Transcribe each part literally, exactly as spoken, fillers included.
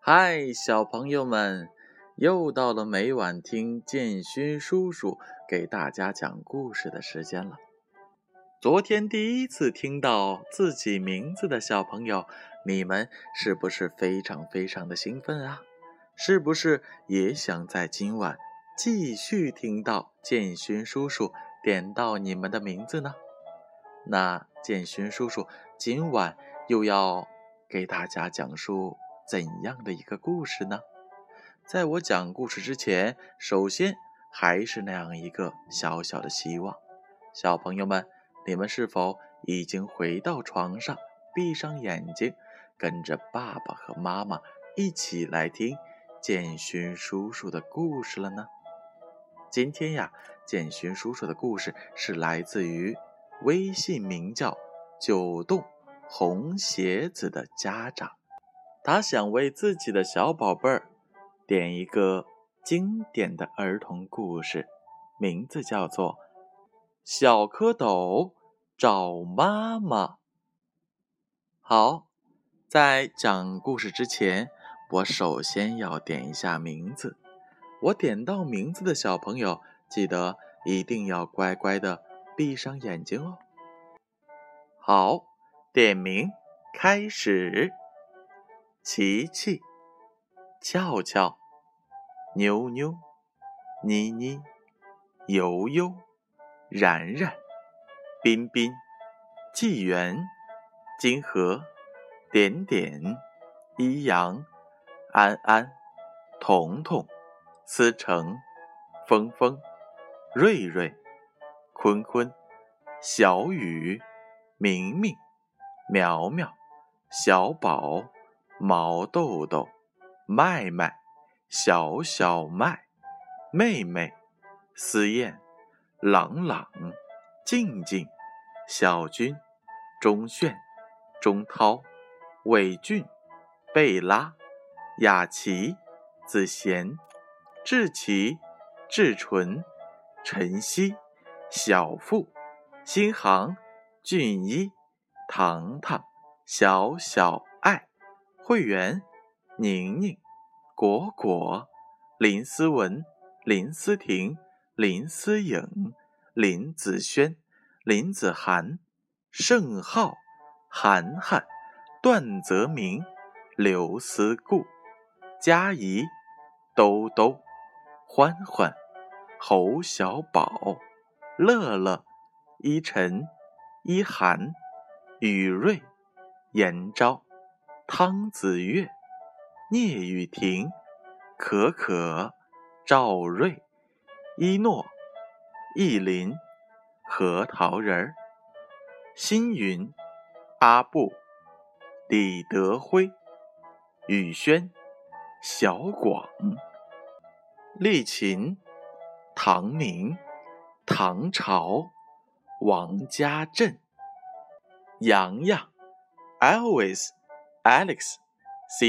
嗨，小朋友们，又到了每晚听建勋叔叔给大家讲故事的时间了。昨天第一次听到自己名字的小朋友，你们是不是非常非常的兴奋啊？是不是也想在今晚继续听到建勋叔叔点到你们的名字呢？那建勋叔叔今晚又要给大家讲述怎样的一个故事呢？在我讲故事之前，首先还是那样一个小小的希望，小朋友们，你们是否已经回到床上，闭上眼睛，跟着爸爸和妈妈一起来听建勋叔叔的故事了呢？今天呀，建勋叔叔的故事是来自于微信名叫九洞红鞋子的家长，他想为自己的小宝贝儿点一个经典的儿童故事，名字叫做小蝌蚪找妈妈。好，在讲故事之前，我首先要点一下名字。我点到名字的小朋友，记得一定要乖乖的闭上眼睛哦。好，点名开始。琪琪、俏俏、妞妞、妮妮、悠悠、然然、彬彬、纪元、金河、点点、一阳、安安、彤彤、思成、峰峰、瑞瑞、坤坤、小雨、明明、苗苗、小宝、毛豆豆、麦麦、小小麦、妹妹、思燕、朗朗、静静、小军、钟炫、钟涛、伟俊、贝拉、雅琪、子贤、志奇、志纯、晨曦、小富、新航、俊一、糖糖、小小爱、会员、宁宁、果果、林思文、林思婷、林思颖、林子轩、林子涵、盛浩、涵涵、段泽明、刘思顾、佳怡、兜兜、欢欢、侯小宝、乐乐、依晨、依涵、雨瑞、严昭、汤子月、聂雨婷、可可、赵瑞、一诺、意林、核桃仁儿、星云、阿布、李德辉、宇轩、小广、丽琴、唐明、唐朝、王家镇、洋洋、Elvis、Alex、C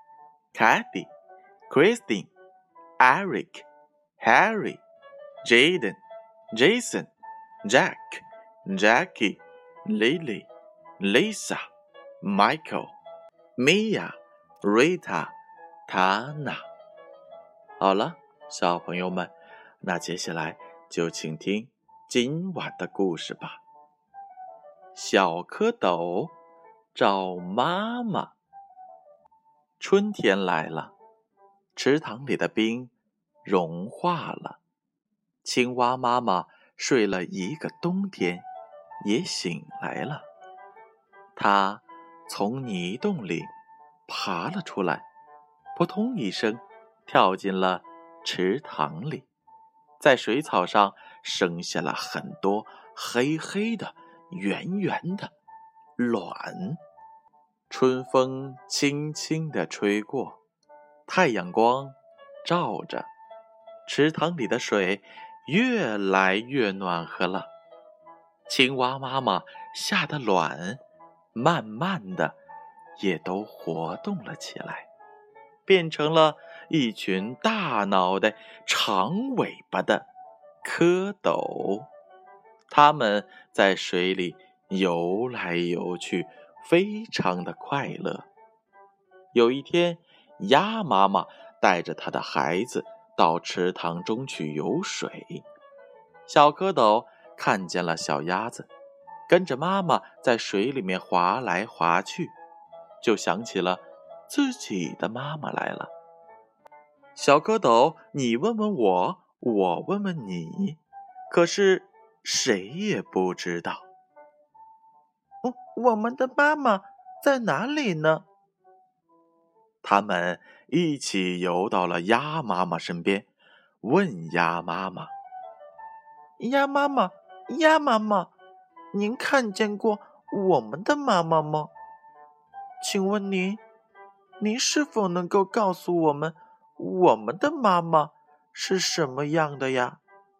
C、Kathy、Christine、Eric、Harry、Jaden、Jason、Jack、Jackie、Lily、Lisa、Michael、Mia、Rita、Tana。好了，小朋友们，那接下来就请听今晚的故事吧。小蝌蚪找妈妈。春天来了，池塘里的冰融化了，青蛙妈妈睡了一个冬天，也醒来了。她从泥洞里爬了出来，扑通一声跳进了池塘里，在水草上生下了很多黑黑的、圆圆的卵。春风轻轻地吹过，太阳光照着，池塘里的水越来越暖和了。青蛙妈妈下的卵慢慢的也都活动了起来，变成了一群大脑袋长尾巴的蝌蚪。它们在水里游来游去，非常的快乐。有一天， 鸭妈妈带着她的孩子到池塘中去游水。小蝌蚪看见了小鸭子，跟着妈妈在水里面滑来滑去，就想起了自己的妈妈来了。小蝌蚪，你问问我，我问问你，可是谁也不知道。 嗯，我们的妈妈在哪里呢？ 他们一起游到了鸭妈妈身边，问鸭妈妈： 鸭妈妈，鸭妈妈，您看见过我们的妈妈吗？请问您，您是否能够告诉我们，我们的妈妈是什么样的呀？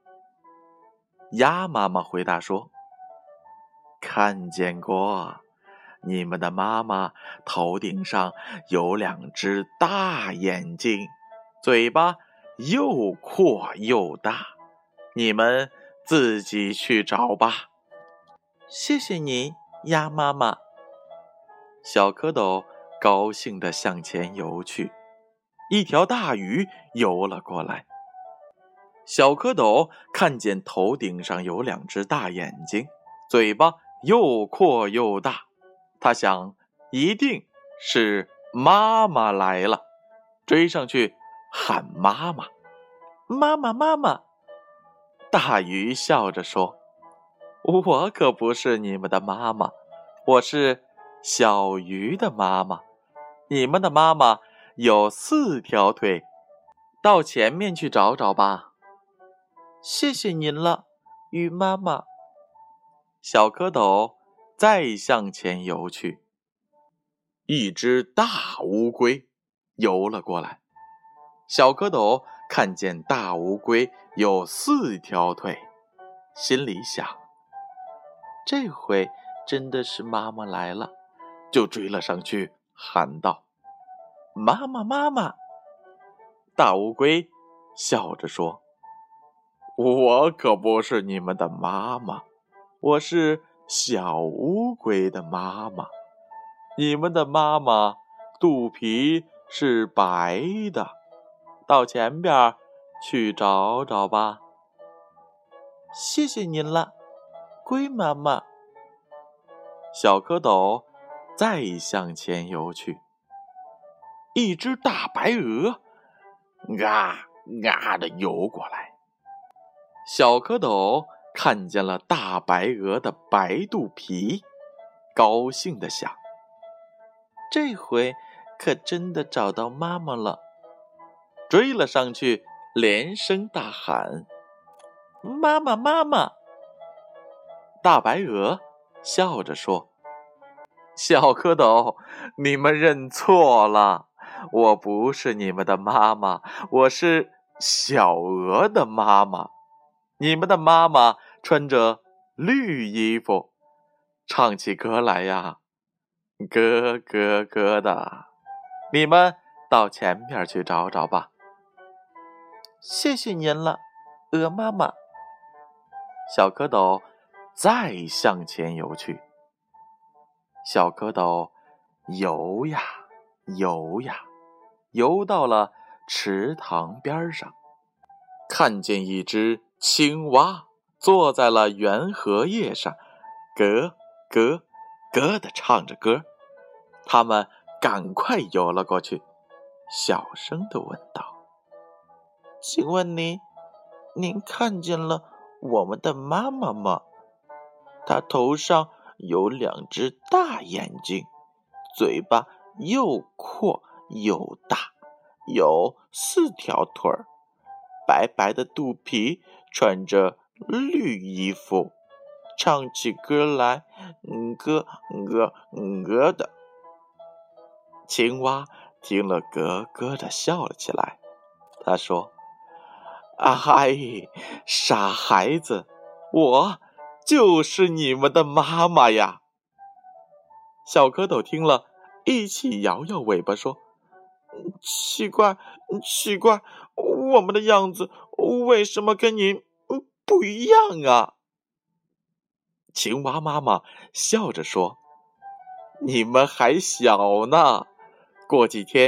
鸭妈妈回答说：看见过，你们的妈妈头顶上有两只大眼睛，嘴巴又阔又大，你们自己去找吧。 谢谢您，鸭妈妈。 小蝌蚪高兴地向前游去，一条大鱼游了过来。小蝌蚪看见头顶上有两只大眼睛，嘴巴又阔又大，他想一定是妈妈来了，追上去喊妈妈。 妈妈妈妈。 大鱼笑着说：我可不是你们的妈妈，我是小鱼的妈妈。你们的妈妈有四条腿，到前面去找找吧。 谢谢您了，鱼妈妈。 小蝌蚪再向前游去，一只大乌龟游了过来。小蝌蚪看见大乌龟有四条腿，心里想：这回真的是妈妈来了，就追了上去，喊道：妈妈妈妈！大乌龟笑着说：我可不是你们的妈妈，我是小乌龟的妈妈。你们的妈妈肚皮是白的，到前边去找找吧。 谢谢您了，龟妈妈。 小蝌蚪再向前游去，一只大白鹅啊啊地游过来。小蝌蚪看见了大白鹅的白肚皮，高兴地想： 这回可真的找到妈妈了。 追了上去，连声大喊： 妈妈妈妈！ 大白鹅笑着说：小蝌蚪，你们认错了，我不是你们的妈妈，我是小鹅的妈妈。你们的妈妈穿着绿衣服，唱起歌来呀，咯咯咯的。你们到前边去找找吧。 谢谢您了，鹅妈妈。 小蝌蚪再向前游去，小蝌蚪游呀游呀，游到了池塘边上，看见一只青蛙坐在了圆荷叶上，咯咯咯地唱着歌。他们赶快游了过去，小声地问道： 请问您，您看见了我们的妈妈吗？她头上有两只大眼睛，嘴巴又阔又大，有四条腿儿，白白的肚皮，穿着绿衣服，唱起歌来嗯咯咯咯的。 青蛙听了咯咯地笑了起来，他说：哎，傻孩子，我就是你们的妈妈呀。小蝌蚪听了，一起摇摇尾巴说： 奇怪，奇怪，我们的样子为什么跟您不一样啊？ 青蛙妈妈笑着说：你们还小呢，过几天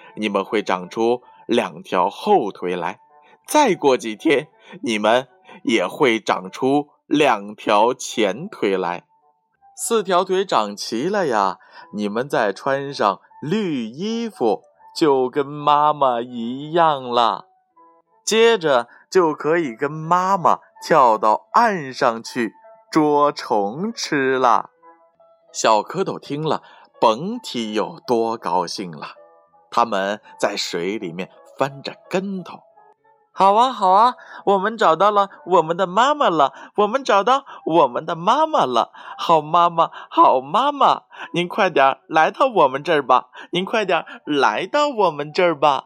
你们会长出两条后腿来，再过几天，你们也会长出两条前腿来。 四条腿长齐了呀，你们再穿上绿衣服，就跟妈妈一样了。接着就可以跟妈妈跳到岸上去捉虫吃了。小蝌蚪听了，甭提有多高兴了。他们在水里面翻着跟头。好啊，好啊，我们找到了我们的妈妈了，我们找到我们的妈妈了。好妈妈，好妈妈，您快点来到我们这儿吧，您快点来到我们这儿吧。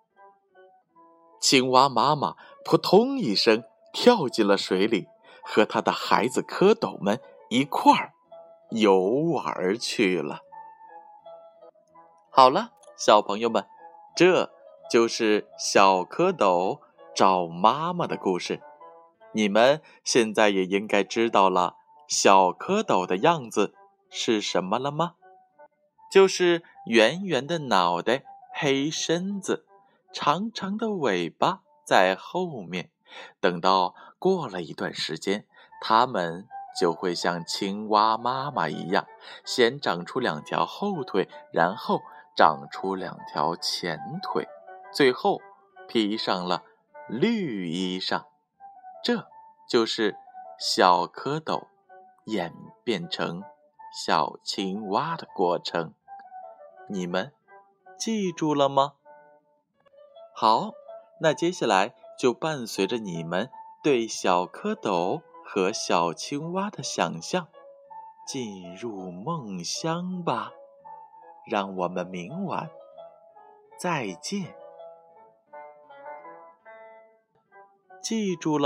青蛙妈妈扑通一声跳进了水里，和她的孩子蝌蚪们一块儿游玩而去了。好了，小朋友们，这就是小蝌蚪找妈妈的故事。你们现在也应该知道了小蝌蚪的样子是什么了吗？就是圆圆的脑袋，黑身子，长长的尾巴在后面。等到过了一段时间，它们就会像青蛙妈妈一样，先长出两条后腿，然后长出两条前腿，最后披上了绿衣裳。这就是小蝌蚪演变成小青蛙的过程。你们记住了吗？好，那接下来就伴随着你们对小蝌蚪和小青蛙的想象，进入梦乡吧。让我们明晚再见。记住了。